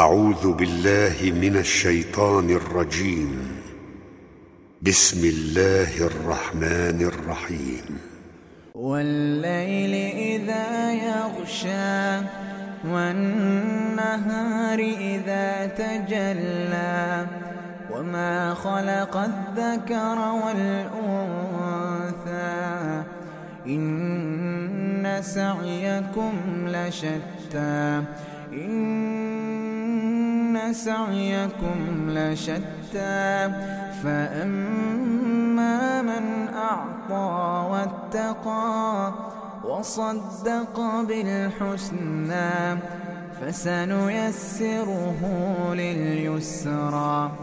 أعوذ بالله من الشيطان الرجيم. بسم الله الرحمن الرحيم. والليل إذا يغشى والنهار إذا تجلى وما خلق الذكر والأنثى إن سعيكم لشتى فأما من أعطى واتقى وصدق بالحسنى فسنيسره لليسرى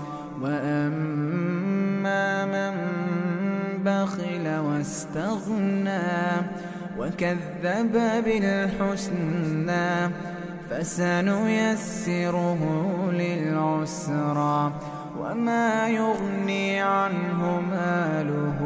وأما من بخل واستغنى وكذب بالحسنى فسنيسره للعسرى وما يغني عنه ماله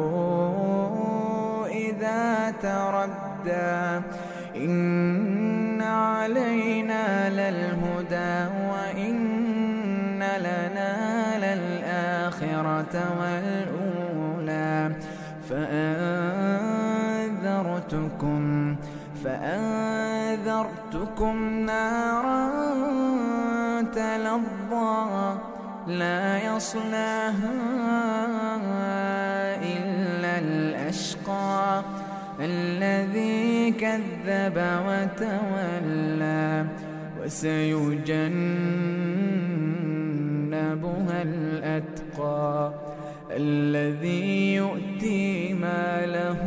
إذا تردى إن علينا للهدى وإن لنا للآخرة والأولى فأنذرتكم نارا تلظى لا يصلاها إلا الأشقى الذي كذب وتولى وسيجنبها الأتقى الذي يؤتي ماله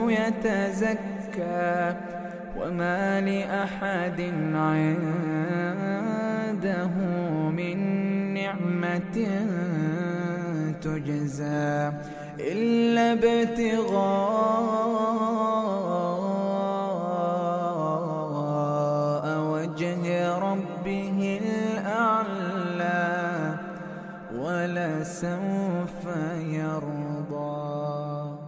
يتزكى وما لأحد عنده من نعمة تجزى إلا ابتغاء وجه ربه الأعلى ولسوف يرضى.